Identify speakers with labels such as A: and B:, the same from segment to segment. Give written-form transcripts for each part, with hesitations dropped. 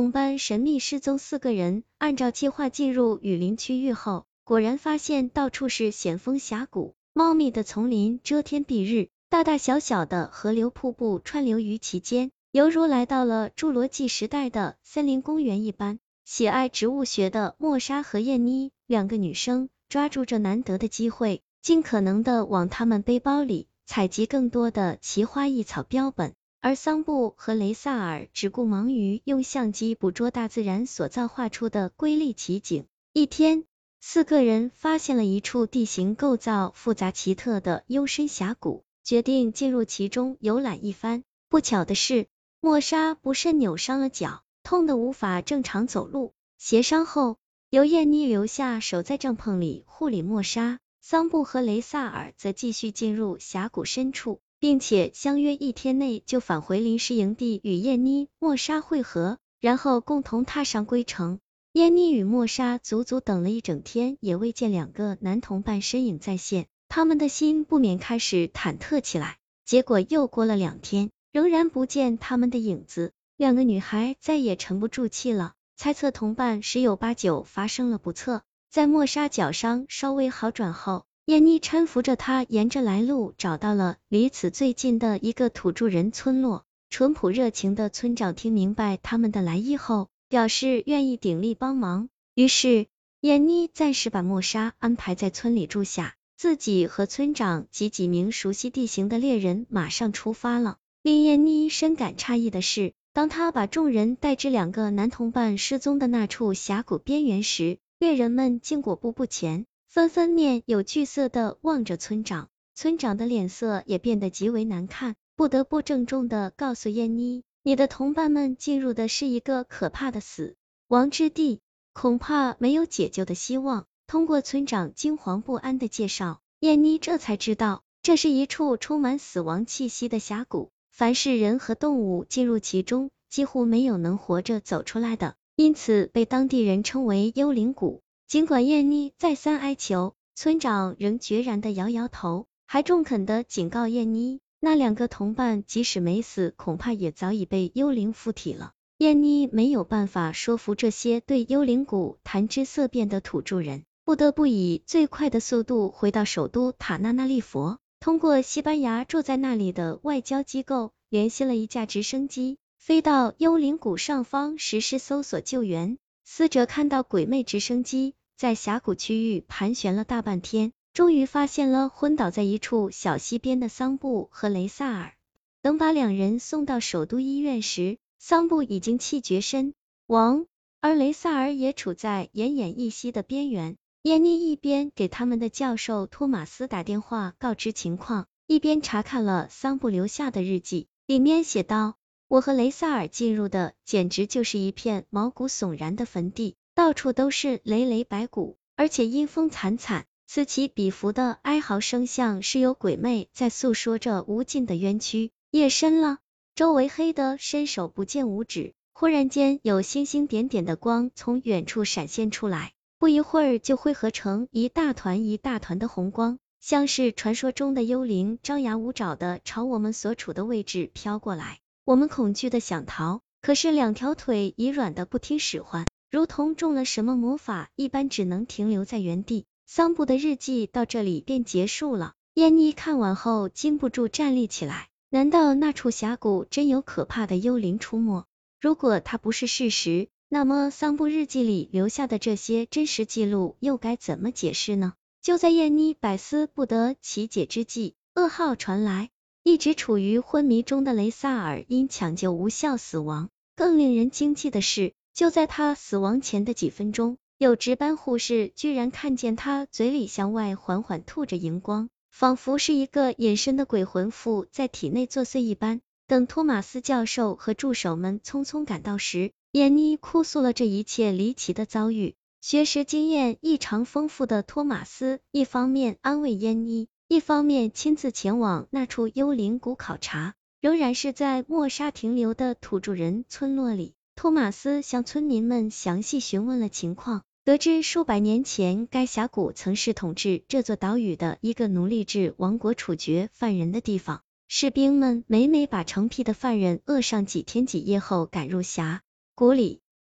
A: 同班神秘失踪4个人，按照计划进入雨林区域后，果然发现到处是险峰峡谷，茂密的丛林遮天蔽日，大大小小的河流瀑布串流于其间，犹如来到了侏罗纪时代的森林公园一般。喜爱植物学的莫莎和燕妮2个女生抓住这难得的机会，尽可能的往她们背包里采集更多的奇花异草标本，而桑布和雷萨尔只顾忙于用相机捕捉大自然所造画出的瑰丽奇景。一天，4个人发现了一处地形构造复杂奇特的幽深峡谷，决定进入其中游览一番。不巧的是，莫莎不慎扭伤了脚，痛得无法正常走路。协商后，由燕妮留下守在帐篷里护理莫莎，桑布和雷萨尔则继续进入峡谷深处，并且相约1天内就返回临时营地与燕妮、莫莎会合，然后共同踏上归程。燕妮与莫莎足足等了1整天，也未见2个男同伴身影再现，他们的心不免开始忐忑起来。结果又过了2天，仍然不见他们的影子，2个女孩再也沉不住气了，猜测同伴十有八九发生了不测。在莫莎脚伤稍微好转后，燕妮搀扶着她沿着来路找到了离此最近的一个土著人村落。淳朴热情的村长听明白他们的来意后，表示愿意鼎力帮忙。于是燕妮暂时把莫莎安排在村里住下，自己和村长及几名熟悉地形的猎人马上出发了。令燕妮深感诧异的是，当他把众人带至2个男同伴失踪的那处峡谷边缘时，猎人们竟果步不前，纷纷面有惧色的望着村长。村长的脸色也变得极为难看，不得不郑重的告诉燕妮，你的同伴们进入的是一个可怕的死亡之地，恐怕没有解救的希望。通过村长惊惶不安的介绍，燕妮这才知道，这是一处充满死亡气息的峡谷，凡是人和动物进入其中，几乎没有能活着走出来的，因此被当地人称为幽灵谷。尽管燕妮再三哀求，村长仍决然的摇摇头，还中肯的警告燕妮，那2个同伴即使没死，恐怕也早已被幽灵附体了。燕妮没有办法说服这些对幽灵谷谈之色变的土著人，不得不以最快的速度回到首都塔纳那利佛，通过西班牙住在那里的外交机构联系了一架直升机，飞到幽灵谷上方实施搜索救援。死者看到鬼魅直升机在峡谷区域盘旋了大半天，终于发现了昏倒在一处小溪边的桑布和雷萨尔。等把2人送到首都医院时，桑布已经气绝身亡，而雷萨尔也处在奄奄一息的边缘。燕妮一边给他们的教授托马斯打电话告知情况，一边查看了桑布留下的日记，里面写道，我和雷萨尔进入的简直就是一片毛骨悚然的坟地，到处都是累累白骨，而且阴风惨惨，此起彼伏的哀嚎声像是有鬼魅在诉说着无尽的冤屈。夜深了，周围黑得伸手不见五指，忽然间有星星点点的光从远处闪现出来，不一会儿就汇合成一大团一大团的红光，像是传说中的幽灵张牙舞爪的朝我们所处的位置飘过来。我们恐惧的想逃，可是2条腿已软的不听使唤，如同中了什么魔法一般，只能停留在原地。桑布的日记到这里便结束了。燕妮看完后禁不住站立起来，难道那处峡谷真有可怕的幽灵出没？如果它不是事实，那么桑布日记里留下的这些真实记录又该怎么解释呢？就在燕妮百思不得其解之际，噩耗传来，一直处于昏迷中的雷萨尔因抢救无效死亡。更令人惊奇的是，就在他死亡前的几分钟，有值班护士居然看见他嘴里向外缓缓吐着荧光，仿佛是一个隐身的鬼魂附在体内作祟一般。等托马斯教授和助手们匆匆赶到时，燕妮哭诉了这一切离奇的遭遇。学识经验异常丰富的托马斯一方面安慰燕妮，一方面亲自前往那处幽灵谷考察。仍然是在莫莎停留的土著人村落里，托马斯向村民们详细询问了情况，得知数百年前该峡谷曾是统治这座岛屿的一个奴隶制王国处决犯人的地方。士兵们每每把成批的犯人扼上几天几夜后赶入峡谷里，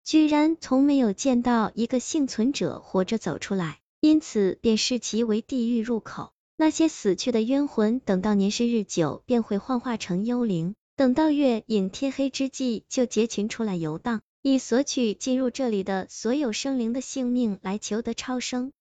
A: 居然从没有见到一个幸存者活着走出来，因此便视其为地狱入口。那些死去的冤魂，等到年事日久，便会幻化成幽灵，等到月影天黑之际，就结群出来游荡，以索取进入这里的所有生灵的性命来求得超生。